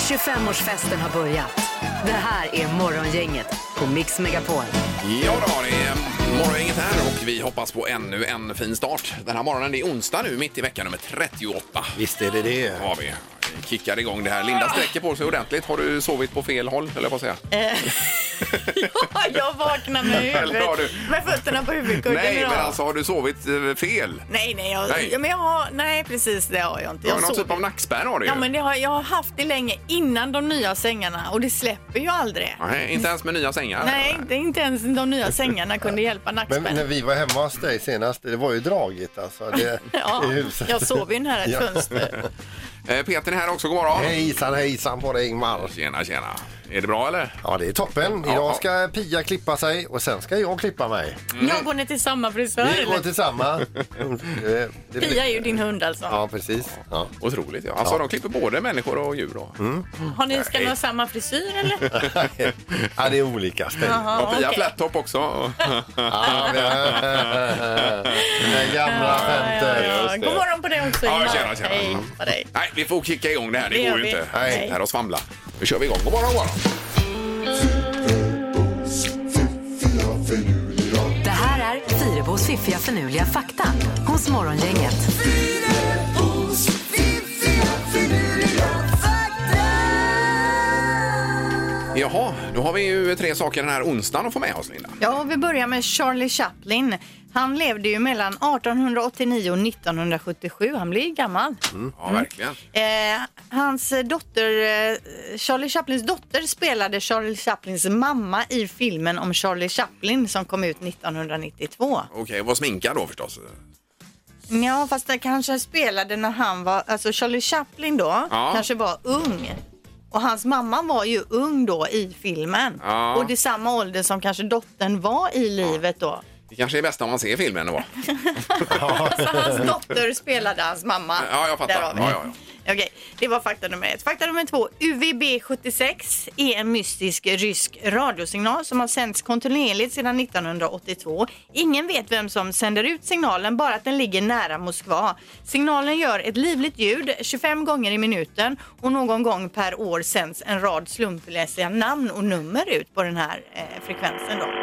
25-årsfesten har börjat. Det här är Morgongänget på Mix Megapol. Ja då, det är Morgongänget här och vi hoppas på ännu en fin start. Den här morgonen, det är onsdag nu, mitt i veckan nummer 38. Visst är det. Har vi kickar igång det här. Linda sträcker på sig ordentligt. Har du sovit på fel håll, eller vad säger jag? Ja, jag vaknar med huvudet. Med fötterna på huvudkudden. Nej, men alltså har du sovit fel? Nej, precis det har jag inte. Jag har någon typ av nackspärr har du ju. Ja, men jag har haft det länge innan de nya sängarna och det släpper ju aldrig. Nej, inte ens med nya sängar? Nej, det är inte ens de nya sängarna kunde hjälpa nackspärren. Men när vi var hemma hos dig senast, det var ju dragigt alltså. Ja, jag sov ju nära ett fönster. Peter är här också, god morgon. Hejsan på dig Ingmar. Tjena. Är det bra eller? Ja, det är toppen. Idag ska Pia klippa sig och sen ska jag klippa mig. Jag går ner till samma frisör. Vi går till samma. Pia är ju din hund alltså. Ja, precis. Ja. Otroligt, ja. Alltså de klipper både människor och djur då. Har ni ska ha samma frisyr eller? Ja, det är olika ställen. Och Pia flat-top också. Ja, den gamla skämtet. God morgon på dig också. Ja, tjena. Hej på dig. Nej, vi får kicka igång det här. Det Det går gör ju vi. inte. Nej. Här och svamla. Nu kör vi igång. God morgon. Det här är Fyrebos fiffiga förnuliga fakta hos Morgongänget. Jaha, då har vi ju 3 saker den här onsdagen att få med oss, Linda. Ja, vi börjar med Charlie Chaplin. Han levde ju mellan 1889 och 1977. Han blev gammal. Ja, verkligen. Hans dotter, Charlie Chaplins dotter, spelade Charlie Chaplins mamma i filmen om Charlie Chaplin som kom ut 1992. Okej, var sminkad då förstås. Ja, fast det kanske spelade när han var, alltså Charlie Chaplin då, kanske var ung. Och hans mamma var ju ung då i filmen. Ja. Och det är samma ålder som kanske dottern var i livet då. Det kanske är bäst om man ser filmen då. Så hans dotter spelade hans mamma. Ja, jag fattar. Där har vi. Ja. Okej, det var fakta nummer 1. Fakta nummer 2. UVB76 är en mystisk rysk radiosignal som har sänds kontinuerligt sedan 1982. Ingen vet vem som sänder ut signalen, bara att den ligger nära Moskva. Signalen gör ett livligt ljud 25 gånger i minuten och någon gång per år sänds en rad slumpmässiga namn och nummer ut på den här frekvensen då.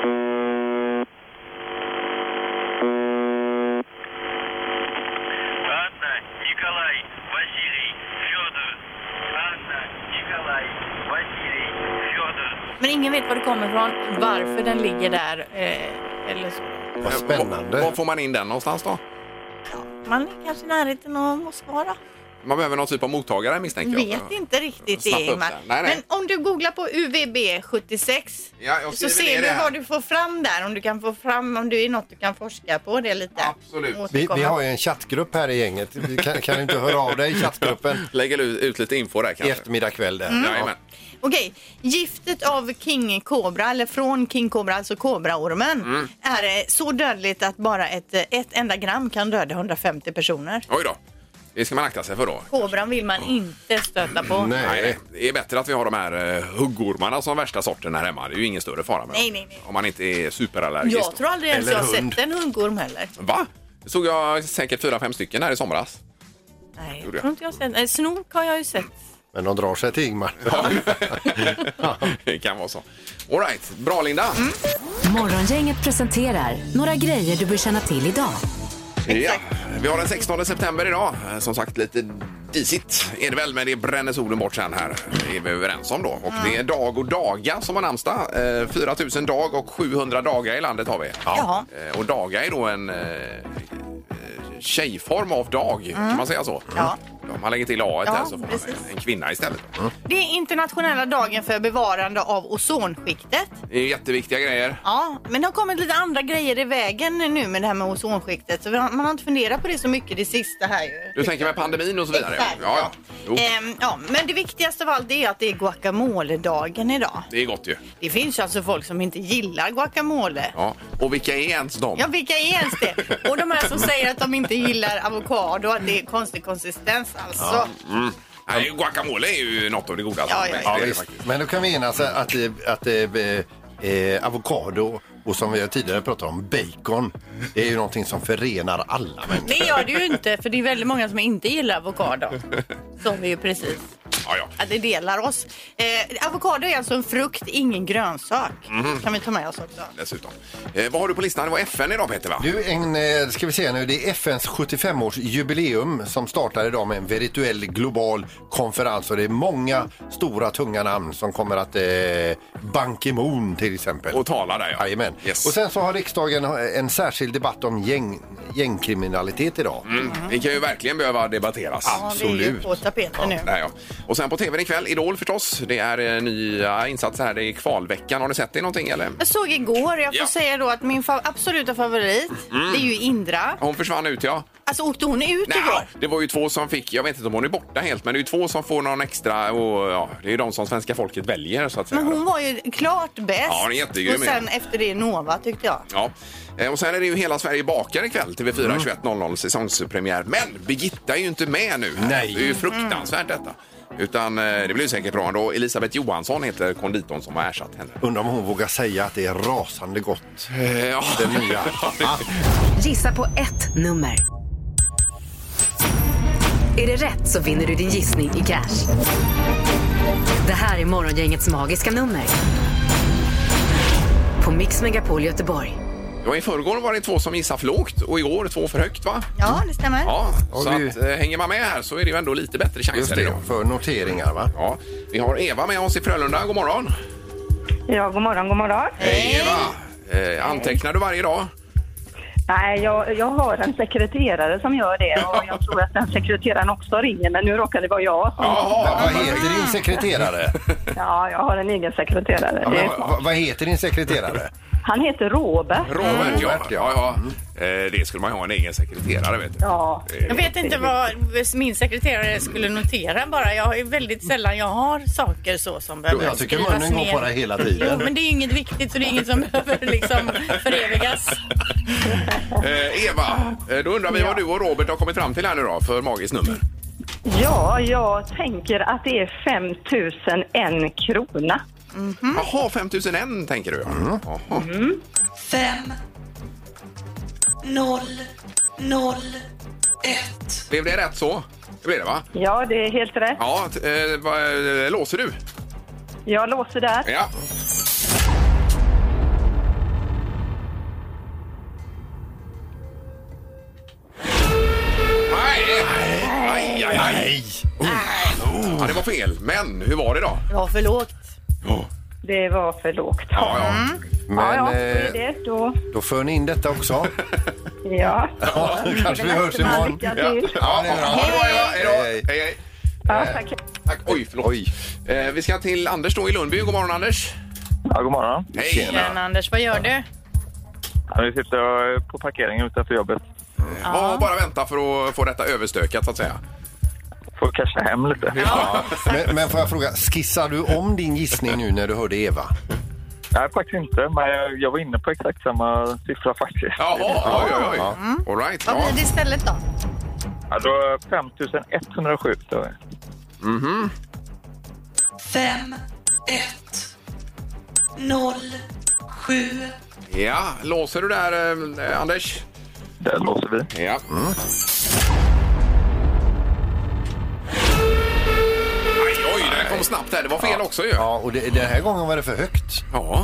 Men ingen vet var det kommer ifrån, varför den ligger där eller så. Vad spännande. Var får man in den någonstans då? Man är kanske i närheten av Moskva då. Man behöver någon typ av mottagare misstänker jag. Vet inte riktigt det, Snappa upp Ingmar. det. Nej. Men om du googlar på UVB76 jag så ser du vad du får fram där. Om du kan få fram, om det är något du kan forska på det lite. Absolut. Vi har ju en chattgrupp här i gänget. Vi kan du inte höra av dig i chattgruppen? Lägger ut lite info där I kanske. eftermiddag kväll där. Jajamän. Okej, giftet av King Cobra, eller från King Cobra, alltså kobraormen, är så dödligt att bara ett enda gram kan döda 150 personer. Oj då. Det ska man akta sig för då. Kobran vill man inte stöta på. Nej, det är bättre att vi har de här huggormarna som värsta sorten här hemma. Det är ju ingen större fara med dem. Nej. Om man inte är superallergisk. Jag tror aldrig ens Eller jag har hund. sett en huggorm heller. Va? Det såg jag säkert 4-5 stycken här i somras. Nej, Gjorde jag tror inte jag har sett. Snok har jag ju sett. Men de drar sig till Ingmar. Det kan vara så. All right, bra Linda. Morgongänget presenterar några grejer du bör känna till idag. Ja, vi har den 16 september idag. Som sagt lite disigt är det väl, men det bränner solen bort sen här. Det är vi överens om då. Och det är Dag och Daga som har namnsdag. 4000 dag och 700 dagar i landet har vi. Jaha. Och Daga är då en tjejform av dag, kan man säga så? Ja. Om man lägger till A här så får man precis. en kvinna istället. Det är internationella dagen för bevarande av ozonskiktet. Det är jätteviktiga grejer. Ja, men det har kommit lite andra grejer i vägen nu med det här med ozonskiktet. Så man har inte funderat på det så mycket det sista här ju. Du tänker med pandemin och så vidare? Exakt, Ja. Jo, ja, men det viktigaste av allt är att det är guacamole-dagen idag. det är gott ju. Det finns ju alltså folk som inte gillar guacamole. Ja. Och vilka är ens de? Ja, vilka är ens det? Och de här som säger att de inte gillar avokado, att det är konstig konsistens alltså. Nej, guacamole är ju något av det godaste. Ja, Ja, Det är det visst. faktiskt. Men då kan vi enas att avokado och som vi har tidigare pratat om, bacon, det är ju någonting som förenar alla människor. Det gör det ju inte, för det är väldigt många som inte gillar avokado. Som vi ju precis Att det delar oss. Avokado är alltså en frukt, ingen grönsak. Kan vi ta med oss också. Dessutom. Vad har du på listan? Det var FN idag, Peter, va? Du, ska vi se nu, det är FNs 75-årsjubileum som startar idag med en virtuell global konferens. Och det är många stora, tunga namn som kommer att... Ban Ki-moon till exempel. Och tala där, ja. Jajamän. Yes. Och sen så har riksdagen en särskild debatt om gängkriminalitet idag. Det kan ju verkligen behöva debatteras. Ja, det är ju på tapeten nu. Ja. Och sen på tv ikväll, Idol förstås. Det är nya insatser här, det är kvalveckan. Har du sett det någonting eller? Jag såg igår, jag får säga då att min absoluta favorit, det är ju Indra. Hon försvann ut, ja. Alltså åkte hon ut igår? Det var ju 2 som fick, jag vet inte om hon är borta helt, men det är ju 2 som får någon extra och det är ju de som svenska folket väljer så att säga. Men hon var ju klart bäst. Ja, hon är jättegrym. Och sen efter det Nova tyckte jag. Ja, och sen är det ju Hela Sverige bakar ikväll, TV4 21.00 säsongspremiär. Men Birgitta är ju inte med nu. Nej. Det är ju fruktansvärt detta. Utan det blir säkert bra ändå. Elisabeth Johansson heter konditorn som har ersatt henne. Undrar om hon vågar säga att det är rasande gott. Ja. Det nya. Gissa på ett nummer. Är det rätt så vinner du din gissning i cash. Det här är Morgongängets magiska nummer. På Mix Megapol Göteborg. Ja, i förrgår var det 2 som gissade för lågt och i år 2 för högt, va? Ja, det stämmer. Ja, Och så att, hänger man med här så är det ju ändå lite bättre chanser Just det, idag. för noteringar, va? Ja, vi har Eva med oss i Frölunda. God morgon. Ja, god morgon, god morgon. Hej Eva. Antecknar du varje dag? Nej, jag har en sekreterare som gör det och jag tror att den sekreteraren också ringer, men nu råkar det vara jag som... Vad heter din sekreterare? Ja, jag har en egen sekreterare. Det är smart. Vad heter din sekreterare? Han heter Robert. Robert, ja. Det skulle man ha en egen sekreterare, vet du. Ja. Jag vet inte vad min sekreterare skulle notera bara. Jag är väldigt sällan jag har saker så som behöver Jag tycker skrivas munnen går ner. på dig hela Jo, tiden. men det är ju inget viktigt så det är inget som behöver liksom förevigas. Eva, då undrar vi vad du och Robert har kommit fram till här nu då för magiskt nummer. Ja, jag tänker att det är 5 001 krona. Jaha, 5001 tänker du. Jaha. 5 0 0 1. Blev det rätt så? Det blev det, va? Ja, det är helt rätt. Ja, låser du? Jag låser där. Ja. Nej! Nej! Ja, det var fel. Men hur var det då? Det var för lågt. Det var för lågt. Ja. Men Ja, då är det då för ni in detta också. Ja. Ja, kanske vi hörs imorgon. Lycka Ja, till. ja, det är bra. Ha det bra, Eva. Hej då. Hej. Hej. Ja, tack. Tack. Oj, förlåt. Oj. Vi ska till Anders då i Lundby. God morgon, Anders. Ja, god morgon. Hej. Men Anders, vad gör du? Ja, vi sitter på parkeringen utanför jobbet. Ja, bara vänta för att få detta överstökat så att säga. Får casha hem lite. Men får jag fråga, skissar du om din gissning nu när du hörde Eva? Nej, faktiskt inte. Men jag var inne på exakt samma siffra faktiskt. Jaha, oj. All right. Vad blir det istället då? Ja, då 5107. 5 1 0 7. Ja, låser du där, Anders? Där låser vi. Ja. Oj, den kom snabbt här. Det var fel också ju. Ja, och den här gången var det för högt. Ja.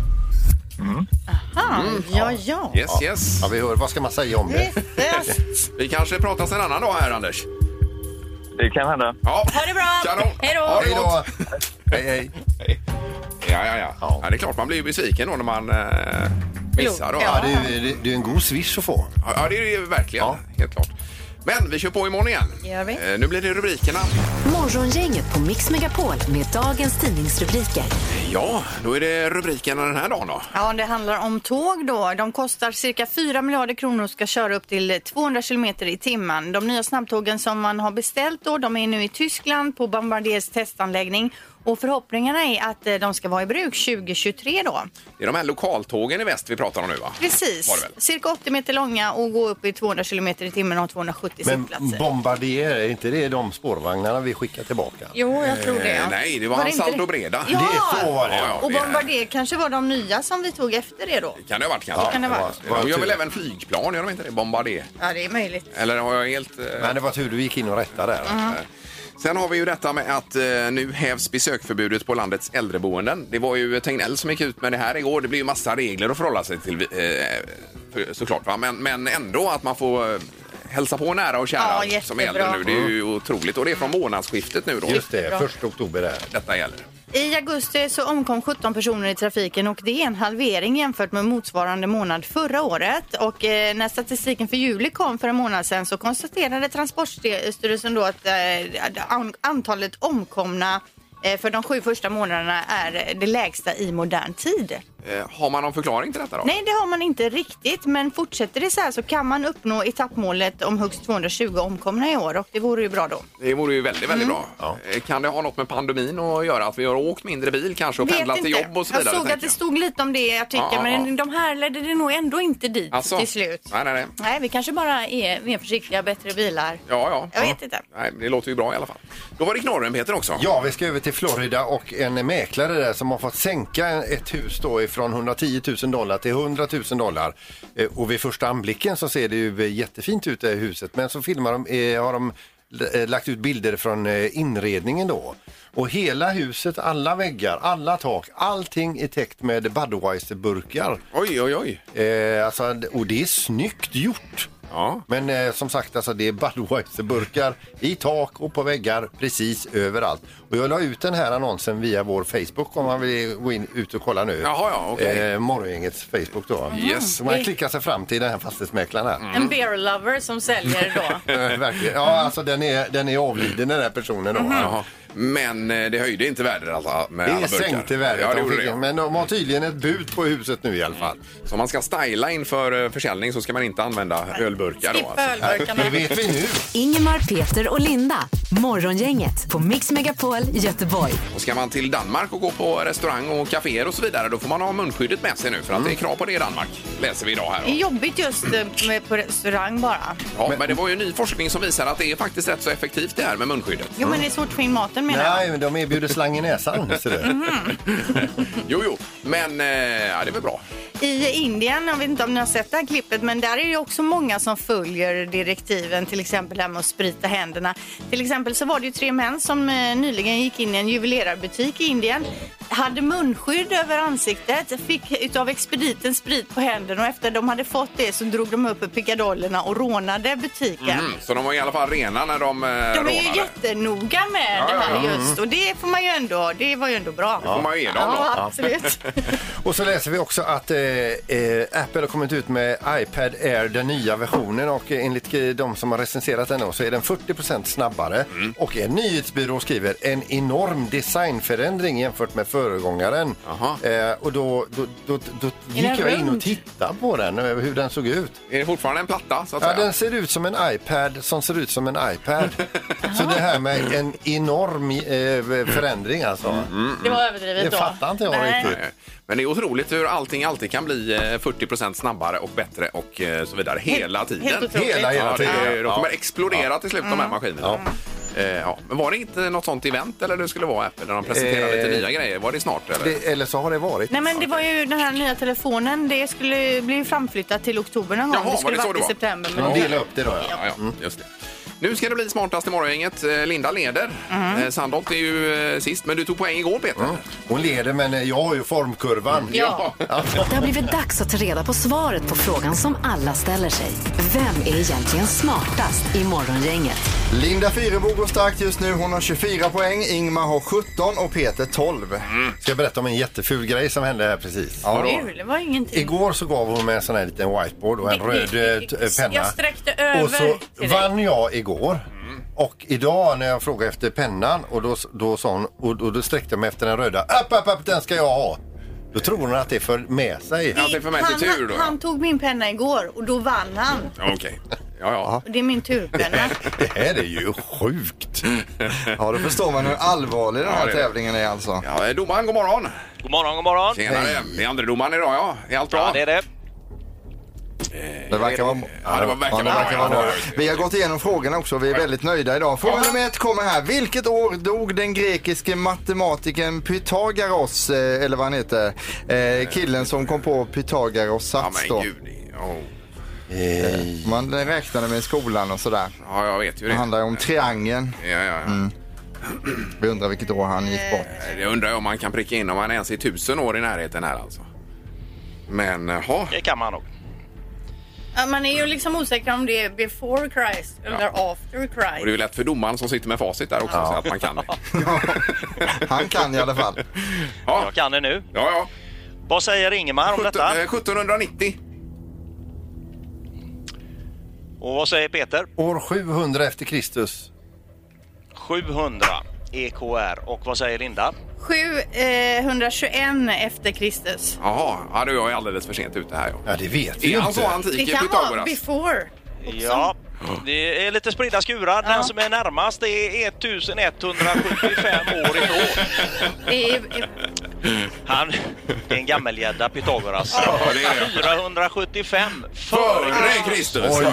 Ja. Yes. Ja, vi hör. Vad ska man säga om det? Vi kanske pratas en annan dag här, Anders. Det kan hända. Ja. Ha det bra. Kanon. Hej då. Ha det Hej gott. då. Hej. Ja, det är klart man blir ju besviken då när man missar. Då. Ja, det är en god swish att få. Ja, det är det ju verkligen. Ja. Helt klart. Men vi kör på imorgon igen. Gör vi. Nu blir det rubrikerna. Morgongänget på Mix Megapol med dagens tidningsrubriker. Ja, då är det rubrikerna den här dagen då. Ja, det handlar om tåg då. De kostar cirka 4 miljarder kronor och ska köra upp till 200 kilometer i timmen. De nya snabbtågen som man har beställt då, de är nu i Tyskland på Bombardiers testanläggning. Och förhoppningarna är att de ska vara i bruk 2023 då. Det är de här lokaltågen i väst vi pratar om nu, va? Precis. Var det väl? Cirka 80 meter långa och gå upp i 200 kilometer i timmen och 270 Men sittplatser. Bombardier, är inte det de spårvagnarna vi skickar tillbaka? Jo, jag tror det. Nej, det var det hans inte Salto det? Breda. Ja, Det är så var det. Ja, och det är- Bombardier kanske var de nya som vi tog efter det då. Kan det ha varit kanske? Kan det vara? De gör väl även flygplan, gör de inte det? Bombardier. Ja, det är möjligt. Eller har jag helt... Men det var tur du gick in och rättade där. Sen har vi ju detta med att nu hävs besökförbudet på landets äldreboenden. Det var ju Tegnell som gick ut med det här igår. Det blir ju massa regler att förhålla sig till såklart. Va? Men ändå att man får hälsa på nära och kära som är äldre nu. Det är ju otroligt. Och det är från månadsskiftet nu då. Just det, 1 oktober där. Detta gäller. I augusti så omkom 17 personer i trafiken och det är en halvering jämfört med motsvarande månad förra året. Och när statistiken för juli kom för en månad sedan så konstaterade Transportstyrelsen då att antalet omkomna för de 7 första månaderna är det lägsta i modern tid. Har man någon förklaring till detta då? Nej, det har man inte riktigt. Men fortsätter det så här så kan man uppnå etappmålet om högst 220 omkomna i år. Och det vore ju bra då. Det vore ju väldigt, väldigt bra. Ja. Kan det ha något med pandemin att göra? Att vi har åkt mindre bil kanske och pendlat till jobb och så vidare? Jag såg att det stod lite om det i artikeln. Men de här ledde det nog ändå inte dit till slut. Nej, vi kanske bara är mer försiktiga, bättre bilar. Ja. Jag vet inte. Nej, det låter ju bra i alla fall. Då var det knorren, Peter, också. Ja, vi ska över till Florida och en mäklare där som har fått sänka ett hus då från $110,000 till $100,000. Och vid första anblicken så ser det ju jättefint ut det här huset. Men så har de lagt ut bilder från inredningen då. Och hela huset, alla väggar, alla tak, allting är täckt med Budweiser-burkar. Oj. Och det är snyggt gjort. Ja. Men som sagt, alltså, det är Budweiser-burkar i tak och på väggar precis överallt. Och jag la ut den här annonsen via vår Facebook om man vill gå ut och kolla nu. Jaha, okej. Morgongängets Facebook då. Yes. Så man klickar sig fram till den här fastighetsmäklaren här. En beer lover som säljer då. Verkligen. Ja, alltså den är avliden, den här personen då. Jaha. Men det höjde inte värdet alltså med alla burkar. Det sänkte värdet. Ja, det gjorde det. Men de har tydligen ett bud på huset nu i alla fall. Så om man ska styla inför försäljning så ska man inte använda ölburkar då alltså. Det vet vi nu. Ingemar, Peter och Linda. Morgongänget på Mix Megapol Göteborg. Och ska man till Danmark och gå på restaurang och kaféer och så vidare, då får man ha munskyddet med sig nu för att det är krav på det i Danmark, läser vi idag här. Det är jobbigt just på restaurang bara. Ja, men det var ju ny forskning som visar att det är faktiskt rätt så effektivt det här med munskyddet. Jo, men det är svårt att få in maten menar jag. Nej, men de erbjuder slang i näsan. Jo, men det är väl bra. I Indien, jag vet inte om ni har sett det här klippet, men där är det också många som följer direktiven, till exempel här med att sprita händerna. Till exempel så var det ju 3 män som nyligen gick in i en juvelerarbutik i Indien, hade munskydd över ansiktet, fick utav expediten sprit på händerna och efter de hade fått det så drog de upp pickadollerna och rånade butiken. Så de var i alla fall rena när de rånade. De är ju jättenoga med det här just och det får man ju ändå, det var ju ändå bra. Det får man ju ge dem då. Ja, absolut. Och så läser vi också att Apple har kommit ut med iPad Air, den nya versionen, och enligt de som har recenserat den så är den 40% snabbare. Och en nyhetsbyrå skriver en enorm designförändring jämfört med föregångaren. Och då gick jag in och tittade på den, hur den såg ut. Är det fortfarande en platta så att säga? Den ser ut som en iPad som ser ut som en iPad. Så det här med en enorm förändring alltså. Det var överdrivet då. Det fattar inte jag riktigt. Men det är otroligt hur allting alltid kan bli 40% snabbare och bättre och så vidare hela tiden. Helt otroligt. Hela tiden. De kommer explodera till slut de här maskinerna. Men var det inte något sånt event eller det skulle vara Apple där de presenterade lite nya grejer? Var det snart? Eller? Eller så har det varit. Nej, men det var ju den här nya telefonen, det skulle bli framflyttat till oktober någon gång. Jaha, det skulle var det så varit det i september. De delar upp det då, Ja, just det. Nu ska det bli smartast i morgongänget. Linda leder. Sandholt är ju sist, men du tog poäng igår, Peter. Hon leder, men jag har ju formkurvan. Ja. Det har blivit dags att ta reda på svaret på frågan som alla ställer sig. Vem är egentligen smartast i morgongänget? Linda Fyrebo går starkt just nu. Hon har 24 poäng. Ingmar har 17 och Peter 12. Ska jag berätta om en jätteful grej som hände här precis? Det var ingenting. Igår så gav hon mig en sån här liten whiteboard och en röd penna. Jag sträckte över och så till vann jag igår. Och idag när jag frågade efter pennan och då sa hon, och då sträckte jag mig efter den röda. Upp, den ska jag ha. Då tror hon att det för med sig. Ja, det för med till tur då. Han tog min penna igår och då vann han. Okej. Ja. Och det är min turpenna. Det här är ju sjukt. Ja, då förstår man hur allvarlig den här tävlingen är alltså. Ja, domaren, god morgon. God morgon. Tjenare. Det är andra domaren idag, ja. Är allt bra? Ja, det är det. Det verkar vara bra. Vi har gått igenom frågorna också. Vi är väldigt nöjda idag. Fråga nummer 1 kommer här. Vilket år dog den grekiske matematikern Pythagoras, eller vad han heter, killen som kom på Pythagoras sats då? Man räknade med skolan och sådär. Ja, jag vet ju det. Det handlar om triangeln. Ja. Vi undrar vilket år han gick bort. Det undrar jag om man kan pricka in om man ens är 1000 år i närheten här alltså. Men, det kan man nog. Ja, man är ju liksom osäker om det är before Christ eller after Christ. Och det är ju lätt för domaren som sitter med facit där också, så att man kan det. Han kan i alla fall. Ja. Jag kan det nu. Ja. Vad säger Ingemar om detta? 1790. Och vad säger Peter? År 700 efter Kristus. 700 EKR. Och vad säger Linda? 721 efter Kristus. Jaha, ja, då är jag alldeles för sent ute här. Ja, det vet vi är inte. Så antik Det kan Pythagoras. vara before. Ja, det är lite spridda skurar. Den som är närmast är 1175 år ifrån. Han är en gammelgädda Pythagoras. Ja, det är 475 före Kristus. Oj.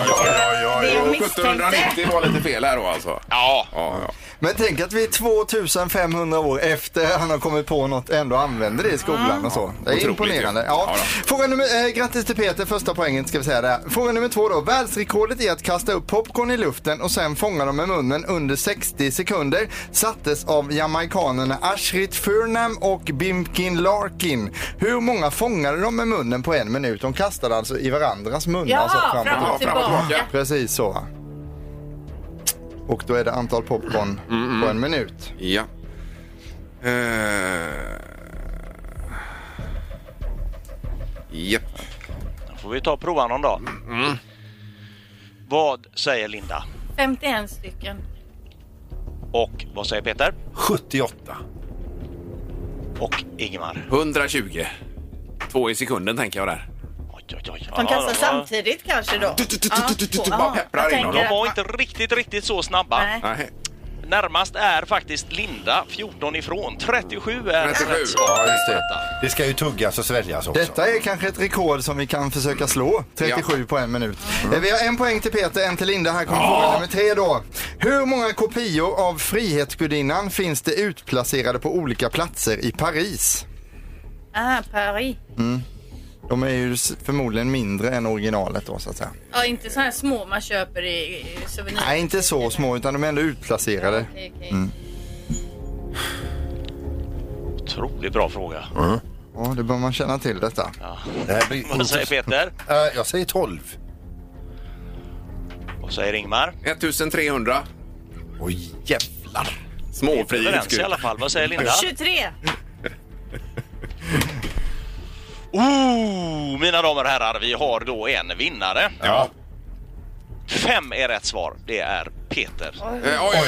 1790 var lite fel här då alltså. Ja. Men tänk att vi 2500 år efter han har kommit på något ändå använder det i skolan och så. Det är imponerande. Ja. Fråga grattis till Peter, första poängen ska vi säga där. Fråga nummer 2 då. Världsrekordet är att kasta upp popcorn i luften och sen fånga dem med munnen under 60 sekunder sattes av jamaikanerna Ashrit Furnam och Bimkin Larkin. Hur många fångade de med munnen på 1 minut? De kastade alltså i varandras munnar. Ja, alltså fram och tillbaka. Precis så. Och då är det antal popcorn på 1 minut. Ja. Japp. Då får vi ta provan någon dag. Vad säger Linda? 51 stycken. Och vad säger Peter? 78. Och Ingemar? 120. 2 i sekunden tänker jag där. De kastar samtidigt kanske då. Bara pepprar in. De var inte riktigt så snabba. Nej. Närmast är faktiskt Linda, 14 ifrån. 37 är 37. rätt svar. Ja, just det. Det ska ju tuggas och sväljas också. Detta är kanske ett rekord som vi kan försöka slå. 37 på 1 minut. Vi har 1 poäng till Peter, 1 till Linda. Här kommer fråga nummer 3 då. Hur många kopior av Frihetsgudinnan finns det utplacerade på olika platser i Paris? Paris. De är ju förmodligen mindre än originalet då så att säga. Ja, inte så här små man köper i souvenir. Nej, inte så små utan de är ändå utplacerade. Okej. Otroligt bra fråga. Ja, det bör man känna till detta. Ja. Det här blir Vad säger Peter? Jag säger 12. Vad säger Ingmar? 1300. Oj, jävlar. Överens i alla fall. Vad säger Linda? 23. Mina damer och herrar, vi har då en vinnare. Ja. 5 är rätt svar. Det är Peter. Oj.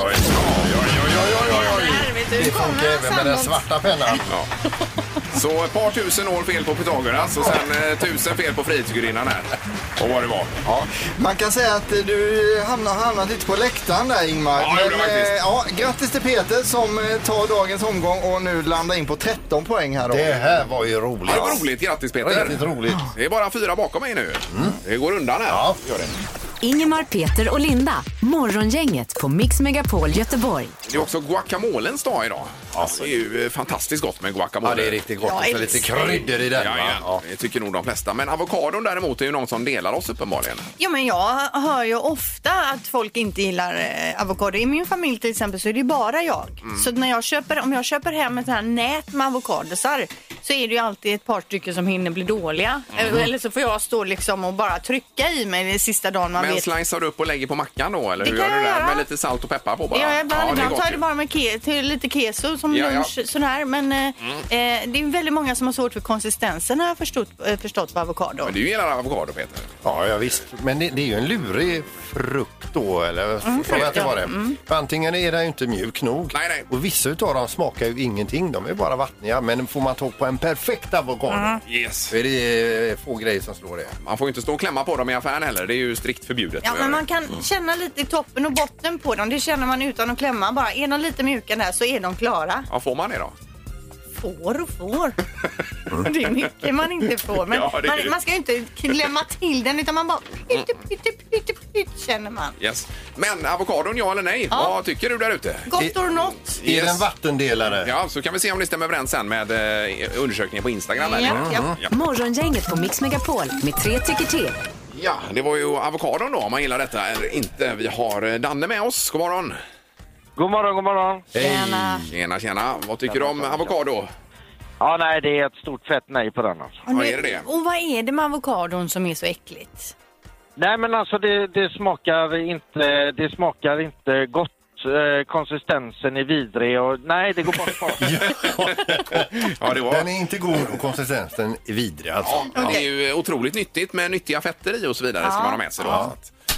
Det funkar även med den svarta pennan. Ja. Så ett par tusen år fel på Pythagoras och sen 1000 fel på Frihetsgudinnan här. Och vad det var. Ja, man kan säga att du hamnat lite på läktaren där, Ingmar. Ja, det gjorde faktiskt. Ja, grattis till Peter som tar dagens omgång och nu landar in på 13 poäng här då. Det här var ju roligt. Det var roligt, grattis Peter. Riktigt roligt. Det är bara 4 bakom mig nu. Det går undan här. Ja. Gör det. Ingemar, Peter och Linda. Morgongänget på Mix Megapol Göteborg. Det är också guacamolens dag idag. Det är ju fantastiskt gott med guacamole. Ja, det är riktigt gott. Och så lite kryddor i den. Ja, det tycker nog de flesta. Men avokadon däremot är ju någon som delar oss uppenbarligen. Ja, men jag hör ju ofta att folk inte gillar avokado. I min familj till exempel så är det bara jag. Så när om jag köper hem ett här nät med avokadosar så är det ju alltid ett par stycken som hinner bli dåliga. Eller så får jag stå liksom och bara trycka i mig den sista dagen man Men vet. slicear du upp och lägger på mackan då? Eller Det hur kan gör du jag det? göra. Med lite salt och peppar på bara? Ja, ibland gott tar jag ju. det bara med lite keso som lunch sådär. Men det är väldigt många som har svårt för konsistensen har jag förstått på avokado. Men du gillar avokado, Peter? Ja, visst. Men det är ju en lurig frukt då, eller? Får jag inte vara det? För antingen är den ju inte mjuk nog. Nej. Och vissa utav dem smakar ju ingenting. De är bara vattniga. Men får man tag på en perfekt avokado Yes. så är det få grejer som slår det. Man får ju inte stå och klämma på dem i affären heller. Det är ju strikt förbjudet. Ja, men man kan känna lite i toppen och botten på dem. Det känner man utan att klämma. Bara är de lite mjuka där så är de klara. Ja, får man det då? Får. Det är mycket man inte får. Men Ja, man ska ju inte klämma till den utan man bara pytt känner man. Yes. Men avokadon, ja eller nej? Ja. Vad tycker du där ute? Gott or not. Är det en vattendelare? Ja, så kan vi se om det stämmer överens sen med undersökningen på Instagram. Ja. Morgongänget på Mix Megapol med 3 tycker till. Ja, det var ju avokadon då, om man gillar detta eller inte. Vi har Danne med oss. God morgon. God morgon, god morgon. Tjena. Vad tycker du om avokado? Ja, nej, det är ett stort fett nej på den alltså. Vad är det? Och vad är det med avokadon som är så äckligt? Nej, men alltså det smakar inte gott. Konsistensen är vidrig och nej, det går bara Ja, det var... Den är inte god och konsistensen är vidrig alltså. Ja, det är ju otroligt nyttigt med nyttiga fetter i och så vidare ska man ha med sig då. Ja.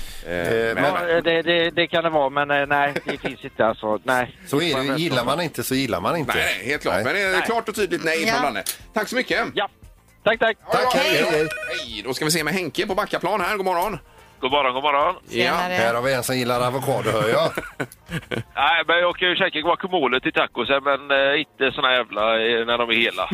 Det kan det vara, men nej, det finns inte alltså, nej. Så är det, gillar man inte så gillar man inte. Nej, helt klart. Men det är klart och tydligt nej från Danne. Tack så mycket. Ja, tack. Tack, hej. Då ska vi se med Henke på Backaplan här. God morgon. God morgon. Ja. Här har vi en som gillar avokado, hör jag. Nej, men jag kan ju käka guacamole till tacosen, men inte såna jävla när de är hela.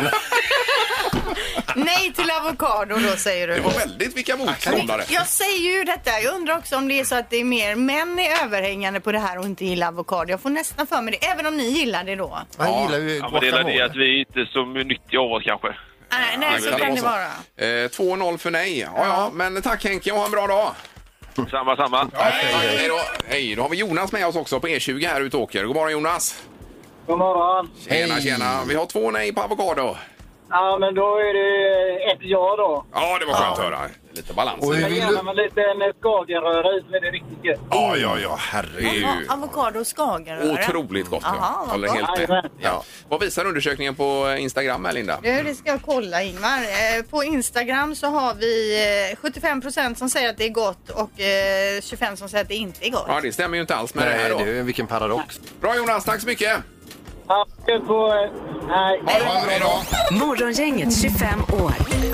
Nej till avokado då, säger du. Det var väldigt vilka motståndare. Jag säger ju detta. Jag undrar också om det är så att det är mer män är överhängande på det här och inte gillar avokado. Jag får nästan för mig det, även om ni gillar det då. Man gillar ju men det är det att vi inte är så nyttiga av oss kanske. Nej, så kan det vara. 2-0 för nej. Ja, men tack Henke och ha en bra dag. Samma. Hej, då har vi Jonas med oss också på E20 här ute och åker. God morgon Jonas. God morgon. Tjena. Vi har 2 nej på avokado. Ja, men då är det ett ja då. Ja, det var skönt att höra. Lite balans. Och jag gärna med lite skagenröra i så är det riktigt gött. Ja, herregud. Avokado och skagenröra. Otroligt gott. Aha, håller helt med. Ja. Vad visar undersökningen på Instagram, Linda? Det ska jag kolla, Ingmar. På Instagram så har vi 75% som säger att det är gott och 25% som säger att det inte är gott. Ja, det stämmer ju inte alls med det här då. Det är vilken paradox. Bra Jonas, tack så mycket. Ja, hej. Hej då. Morgongänget 25 år.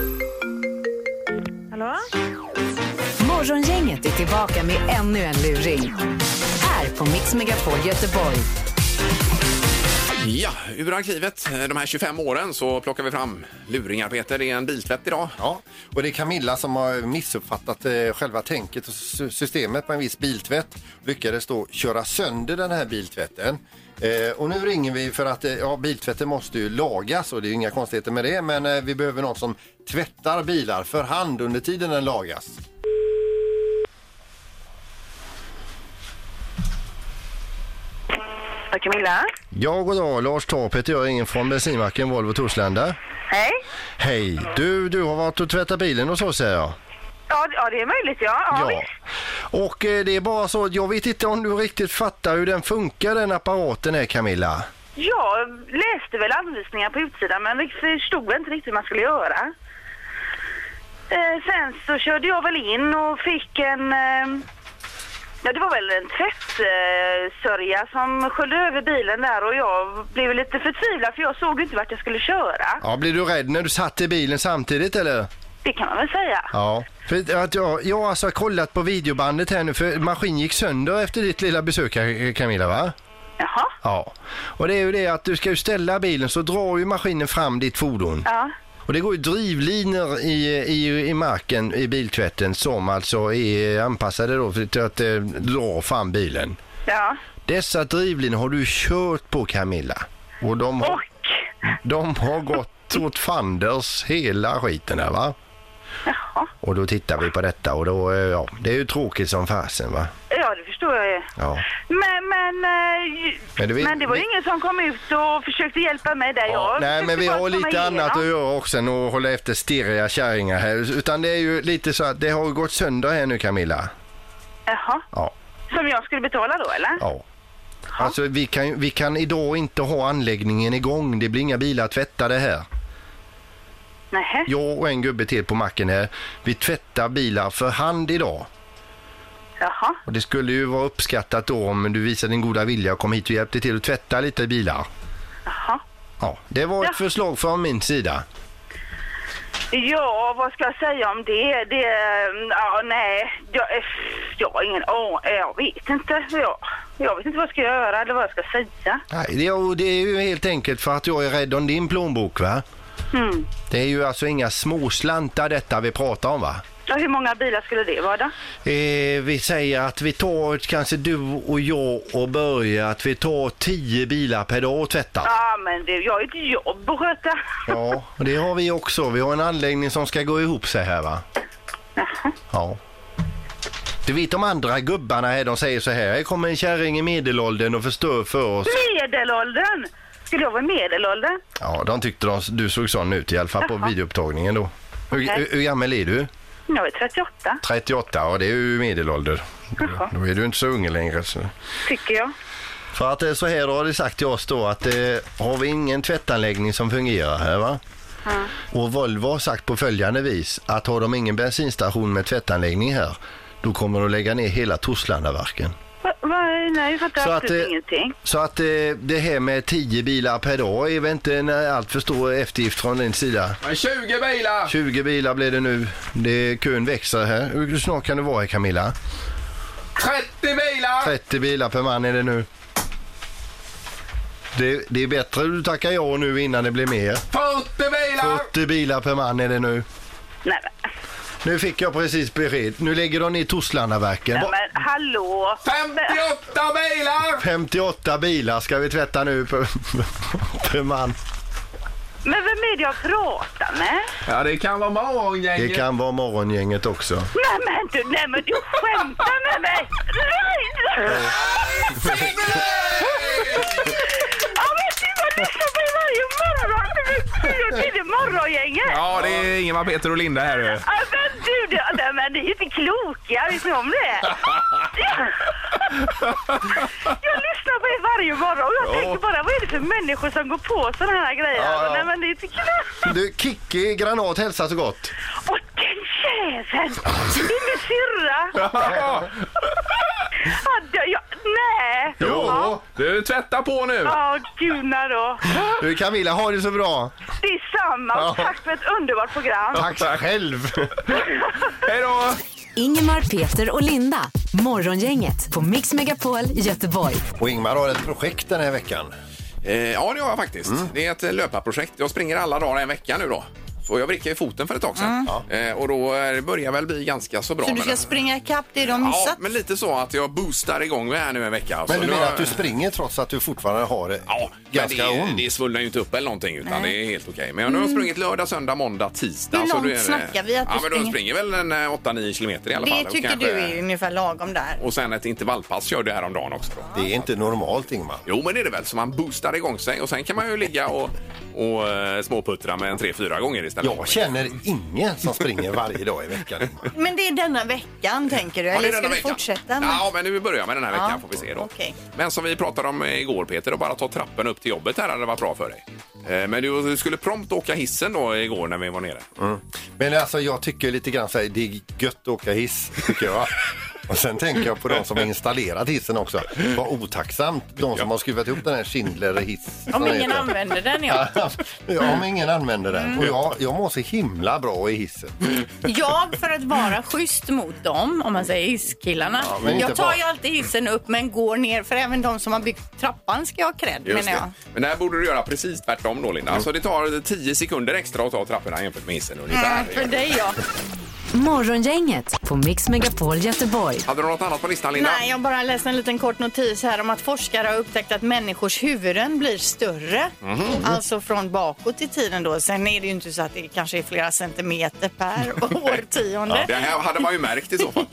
Hallå? Morgongänget är tillbaka med ännu en luring. Här på Mix Megapol Göteborg. Ja, ur arkivet de här 25 åren så plockar vi fram luringar, Peter. Det är en biltvätt idag. Ja, och det är Camilla som har missuppfattat själva tänket och systemet på en viss biltvätt. Lyckades då köra sönder den här biltvätten. Och nu ringer vi för att biltvätten måste ju lagas och det är ju inga konstigheter med det. Men vi behöver någon som tvättar bilar för hand under tiden den lagas. Camilla? Ja, god dag. Lars Torp heter jag, ingen från bensinmacken Volvo Torslanda. Hej. Hej. Du har varit och tvättat bilen och så, säger jag. Ja, det är möjligt, ja. Visst. Och det är bara så, jag vet inte om du riktigt fattar hur den funkar, den apparaten är, Camilla. Jag läste väl anvisningar på utsidan, men jag förstod inte riktigt hur man skulle göra. Sen så körde jag väl in och fick en... det var väl en tvättsörja som sköljde över bilen där och jag blev lite förtvivlad för jag såg inte vart jag skulle köra. Ja, blev du rädd när du satt i bilen samtidigt, eller? Det kan man väl säga. Ja, för att jag har alltså kollat på videobandet här nu, för maskin gick sönder efter ditt lilla besök här, Camilla, va? Jaha. Ja, och det är ju det att du ska ju ställa bilen så drar ju maskinen fram ditt fordon. Ja. Och det går ju drivlinor i marken i biltvätten som alltså är anpassade då för att dra fram bilen. Ja. Dessa drivlinor har du kört på, Camilla. Och de har gått åt fanders hela skiten här, va? Jaha. Och då tittar vi på detta och då, det är ju tråkigt som fasen, va? Ja, det förstår jag ju. Ja. Men det var ju ingen som kom ut och försökte hjälpa mig där. Ja, nej, men vi har lite annat att göra också än att hålla efter stirriga kärringar här. Utan det är ju lite så att det har gått sönder här nu, Camilla. Jaha. Ja. Som jag skulle betala då, eller? Ja. Alltså vi kan idag inte ha anläggningen igång. Det blir inga bilar tvättade här. Nej. Jag och en gubbe till på macken här. Vi tvättar bilar för hand idag. Jaha. Och det skulle ju vara uppskattat då om du visade din goda vilja och kom hit och hjälpte till att tvätta lite bilar. Jaha. Ja, det var ett förslag från min sida. Ja, vad ska jag säga om det? Jag har ingen jag vet inte. Jag vet inte vad jag ska göra eller vad jag ska säga. Nej, det är ju helt enkelt för att jag är rädd om din plånbok, va? Mm. Det är ju alltså inga småslantar detta vi pratar om, va? Ja, hur många bilar skulle det vara då? Vi säger att vi tar, kanske du och jag och börjar, att vi tar 10 bilar per dag och tvättar. Ja, men jag har ett jobb att sköta. Ja, och det har vi också. Vi har en anläggning som ska gå ihop sig här, va? Jaha. Ja. Du vet de andra gubbarna här, de säger så här: här kommer en kärring i medelåldern och förstör för oss. Medelåldern? Skulle jag vara medelåldern? Ja, de tyckte du såg sån ut i alla fall på videoupptagningen då. Hur gammal är du? Jag är 38. 38, ja det är ju medelålder. Då är du inte så ung längre. Så. Tycker jag. För att så här har det sagt till oss då att har vi ingen tvättanläggning som fungerar här va? Och Volvo har sagt på följande vis att har de ingen bensinstation med tvättanläggning här, då kommer de att lägga ner hela Torslandaverken. Nej, jag fattar absolut ingenting. Så att det här med 10 bilar per dag är väl inte en allt för stor eftergift från din sida. Men 20 bilar! 20 bilar blir det nu. Kön växer här. Hur snart kan det vara här, Camilla? 30 bilar! 30 bilar per man är det nu. Det är bättre du tackar ja nu innan det blir mer. 40 bilar! 40 bilar per man är det nu. Nej. Nu fick jag precis besked. Nu lägger de ner Torslandaverken. Nej men hallå! 58 bilar! 58 bilar ska vi tvätta nu per man. Men vem är det jag pratar med? Ja, det kan vara morgongänget. Det kan vara morgongänget också. Nej men du skämtar med mig! Ja men du var lyssnar på varje morgon. Det är det morgongänget. Ja, det är Ingemar, Peter och Linda här. Ja men du, men det är inte kloka, visst om det? Jag lyssnar på er varje morgon och jag tänker bara, vad är det för människor som går på sådana här grejer? Ja. Nej men det är inte klokt. Du, Kikki Granat hälsar så gott. Åh, den jäveln! Det är min syrra. Nej. Jo, du tvättar på nu. Ja, gudna då. Du Camilla, har det så bra. Det är samma. Tack för ett underbart program. Tack själv. Hej då. Ingemar, Peter och Linda. Morgongänget på Mix Megapol Göteborg. Och Ingmar har ett projekt den här veckan. Ja, det har jag faktiskt. Det är ett löparprojekt. Jag springer alla dagar en vecka nu då. Så jag vrickade i foten för ett tag sedan. Och då börjar väl bli ganska så bra. Så du ska springa ikapp det de missat? Ja, men lite så att jag boostar igång med här nu en vecka. Men du menar att du springer trots att du fortfarande har det ganska ont? Det svullnar ju inte upp eller någonting utan det är helt okej. Men nu har jag sprungit lördag, söndag, måndag, tisdag. Hur långt snackar vi att du springer? Men då springer väl en 8-9 kilometer i alla fall. Det tycker du är ungefär lagom där. Och sen ett intervallpass körde jag häromdagen också. Då. Det är inte normalt, Ingmar. Jo, men det är det väl. Så man boostar igång sig och sen kan man ju ligga och småputtra med 3-4 gånger istället. Jag känner ingen som springer varje dag i veckan. Men det är denna veckan, tänker du? Eller ska du fortsätta? Med? Ja, men nu börjar jag med den här veckan får vi se då. Okay. Men som vi pratade om igår, Peter, och bara ta trappen upp till jobbet här hade varit bra för dig. Men du skulle prompt åka hissen då igår när vi var nere. Men alltså jag tycker lite grann så här, det är gött att åka hiss, tycker jag. Och sen tänker jag på de som har installerat hissen också. Vad otacksamt de som har skruvat ihop den här Schindler-hiss. Om ingen använder den, ja. Om ingen använder den. Och jag mår så himla bra i hissen. Jag, för att vara schysst mot dem, om man säger hisskillarna. Ja, jag tar ju alltid hissen upp men går ner. För även de som har byggt trappan ska jag ha cred, menar jag. Men det här borde du göra precis tvärtom då, Linda. Alltså det tar 10 sekunder extra att ta trapporna jämfört med hissen ungefär. För dig, ja. Morgongänget på Mix Megapol Göteborg. Hade du något annat på listan, Linda? Nej, jag bara läste en liten kort notis här om att forskare har upptäckt att människors huvuden blir större. Alltså från bakåt i tiden då. Sen är det ju inte så att det kanske är flera centimeter per årtionde. Det här hade man ju märkt i så fall.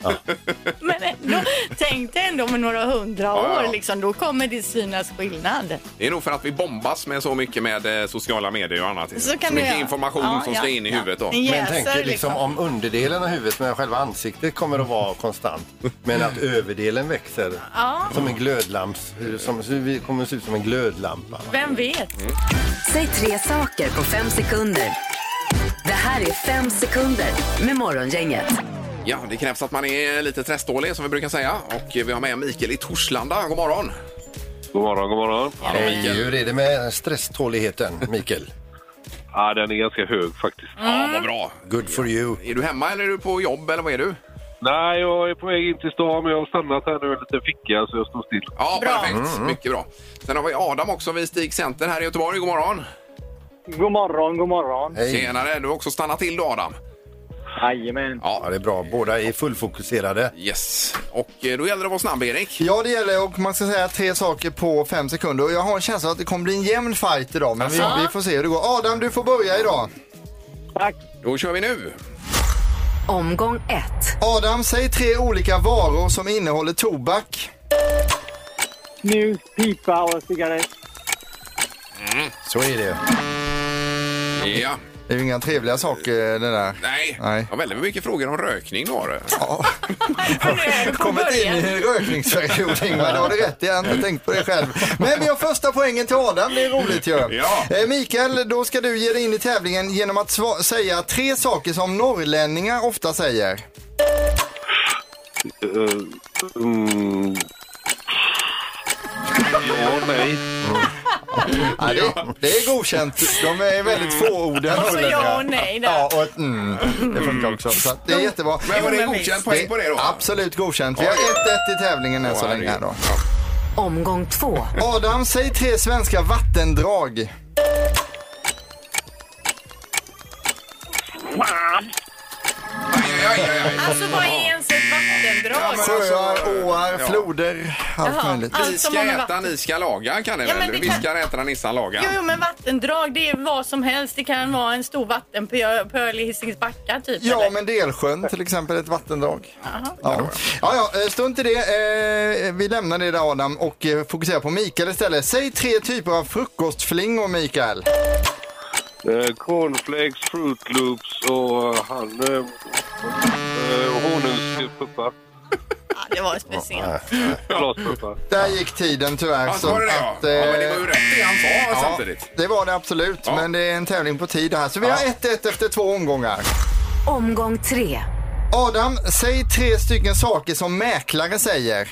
Men ändå, tänk dig ändå med några 100 år liksom, då kommer det synas skillnad. Det är nog för att vi bombas med så mycket med sociala medier och annat. Så mycket information som ska in i huvudet då. Men tänk liksom om underdelen av huvudet med själva ansiktet kommer att vara konstant. Men att överdelen växer som en glödlamps, som kommer att se ut som en glödlampa. Vem vet? Säg 3 saker på 5 sekunder. Det här är 5 sekunder med Morgongänget. Ja, det krävs att man är lite stressdålig som vi brukar säga. Och vi har med Mikael i Torslanda. God morgon! God morgon, god morgon. Hej, hur är det med stresståligheten, Mikael? Ja, den är ganska hög faktiskt. Ja, vad bra. Good for you. Är du hemma eller är du på jobb eller vad är du? Nej, jag är på väg in till stan men jag har stannat här nu en liten ficka så jag står still. Ja, perfekt. Mycket bra. Sen har vi Adam också vid Stig Center här i Göteborg. God morgon! God morgon, god morgon. Hej. Tjenare, du har också stannat till då, Adam. Jajamän. Ja, det är bra. Båda är fullfokuserade. Yes. Och då gäller det att vara snabb, Erik. Ja, det gäller och man ska säga 3 saker på 5 sekunder. Och jag har en känsla att det kommer bli en jämn fight idag. Men vi får se hur det går. Adam, du får börja idag. Tack. Då kör vi nu. Omgång 1. Adam, säg 3 olika varor som innehåller tobak. Snus, pipa och cigarett. Så är det. Ja. Det är ju inga trevliga saker det där. Nej. Det var väldigt mycket frågor om rökning då. Ja. Kommit in i rökningsperiod, Ingmar. Det har du rätt i. Jag har inte tänkt på det själv. Men vi har första poängen till Adam. Det är roligt ju. Ja. Mikael, då ska du ge dig in i tävlingen genom att säga 3 saker som norrlänningar ofta säger. Ja, nej. Ja, det är godkänt. De är väldigt fåordiga. Alltså ja och nej där. Ja, och det funkar också. Så att det är jättebra. Men var det godkänt poäng på det då? Absolut godkänt. Vi har 1-1 i tävlingen än så länge här då. Omgång 2. Adam, säg 3 svenska vattendrag. Alltså vad är ens ett vattendrag? Sjöar, åar, floder, allt möjligt. Vi ska äta, ni ska laga kan det väl? Vi ska äta, Nissan laga. Jo, men vattendrag, det är vad som helst. Det kan vara en stor vattenpöl i Hisings backa typ. Ja, eller? men Delsjön till exempel, ett vattendrag. Ja, strunt i det. Vi lämnar det där, Adam, och fokuserar på Mikael istället. Säg 3 typer av frukostflingor, Mikael. Cornflakes, Fruit Loops och honungspuppar. Ja, det var speciellt. Glaspuppar. Där gick tiden tyvärr. Så var det det, ja. Men det var ju rätt det han sa samtidigt. Det var det absolut, men det är en tävling på tid här. Så vi har 1-1 efter 2 omgångar. Omgång 3. Adam, säg 3 stycken saker som mäklare säger.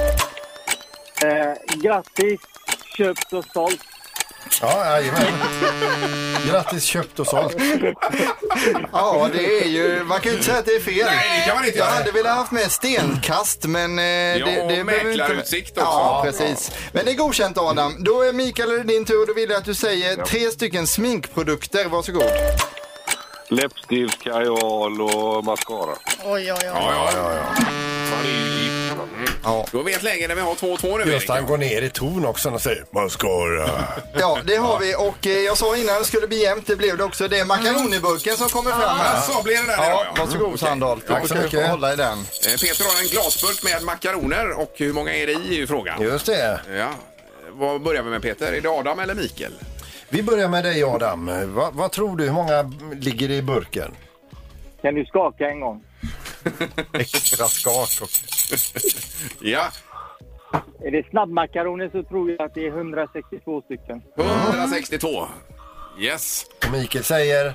Grattis, köpt och sålt. Ja, jajamän. Grattis, köpt och sålt. Ja, det är ju... Man kan ju inte säga att det är fel. Nej, det kan man inte Jag göra. hade velat haft med stenkast, men... det mäklarutsikt också. Ja, precis. Men det är godkänt, Adam. Då är Mikael din tur. Då vill jag att du säger 3 stycken sminkprodukter. Varsågod. Läppstift, kajal och mascara. Oj. Ja. Man är ju gift. Då har vi ett läge där vi har 2-2 nu. Just han går ner i ton också och säger mascara. Ja, det har vi. Och jag sa innan det skulle bli jämnt. Det blev det också. Det är makaroniburken som kommer fram här. Så blir det där. Ja, varsågod Sandholt. Tack så mycket. Hålla i den. Peter har en glasburk med makaroner och hur många är det i är ju frågan. Just det. Ja. Vad börjar vi med, Peter? Är det Adam eller Mikael? Vi börjar med dig, Adam. Vad tror du? Hur många ligger i burken? Kan du skaka en gång? Extra skak. Ja. Är det snabbmakaroner så tror jag att det är 162 stycken. 162. Yes. Och Mikael säger...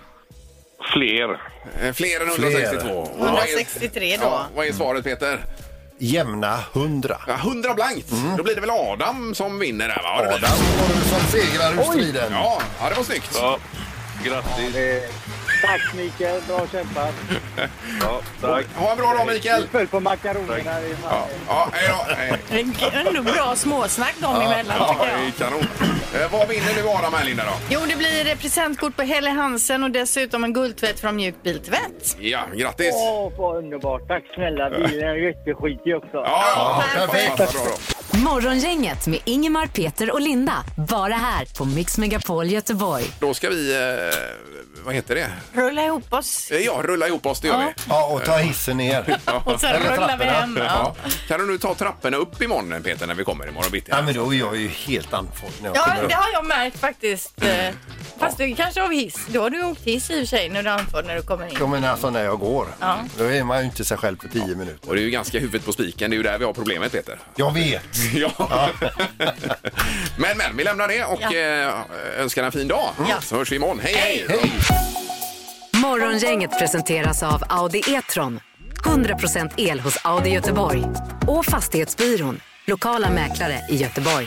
Fler än 162. 163 då. Ja, vad är svaret, Peter? Jämna 100. Ja, 100 blankt. Då blir det väl Adam som vinner där, va? Adam var det som segrar ur striden. Ja, det var snyggt. Ja, grattis. Tack Mikael, bra kämpat. Ja, tack. Ha en bra dag, Mikael. Följ på makaronerna. Ja, hej då. Ändå bra småsnack dem emellan tycker jag. Kanon. Vad vinner nu Adam här, Linda då? Jo, det blir presentkort på Helle Hansen och dessutom en guldtvätt från Mjuk Biltvätt. Ja, grattis. Vad underbart. Tack snälla. Bilen är jätteskitig också. Ja, perfekt. Bra då. Morgongänget med Ingemar, Peter och Linda. Bara här på Mix Megapol Göteborg. Då ska vi, vad heter det? Rulla ihop oss. Ja, rulla ihop oss, det gör vi. Ja, och ta hissen ner. Och sen rullar vi hem. Ja. Kan du nu ta trapporna upp imorgon, Peter, när vi kommer imorgon bitti? Ja, men då är jag ju helt andfådd när jag Ja, kommer upp. det har jag märkt faktiskt. Fast du kanske av hiss. Då har du åkt hiss i och för sig när du anför när du kommer in. Ja, men alltså när jag går. Ja. Då är man ju inte sig själv på 10 minuter. Och det är ju ganska huvudet på spiken, det är ju där vi har problemet, Peter. Jag vet. Ja. men vi lämnar det och önskar en fin dag. Ja. Så hörs vi imorgon. Hej! Morgongänget presenteras av Audi E-tron. 100% el hos Audi Göteborg. Och Fastighetsbyrån. Lokala mäklare i Göteborg.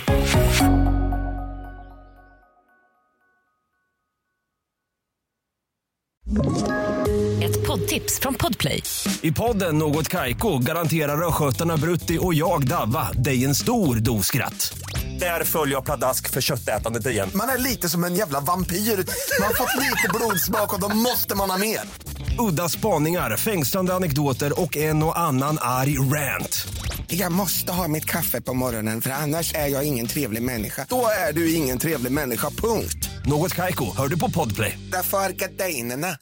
Ett poddtips från Podplay. I podden Något Kaiko garanterar röskötarna Brutti och jag Davva dig en stor doskratt. Där följer jag pladask för köttätandet igen. Man är lite som en jävla vampyr. Man har fått lite blodsmak och då måste man ha mer. Udda spaningar, fängslande anekdoter och en och annan arg rant. Jag måste ha mitt kaffe på morgonen för annars är jag ingen trevlig människa. Då är du ingen trevlig människa, punkt. Något Kaiko, hör du på Podplay. Därför är gardinerna.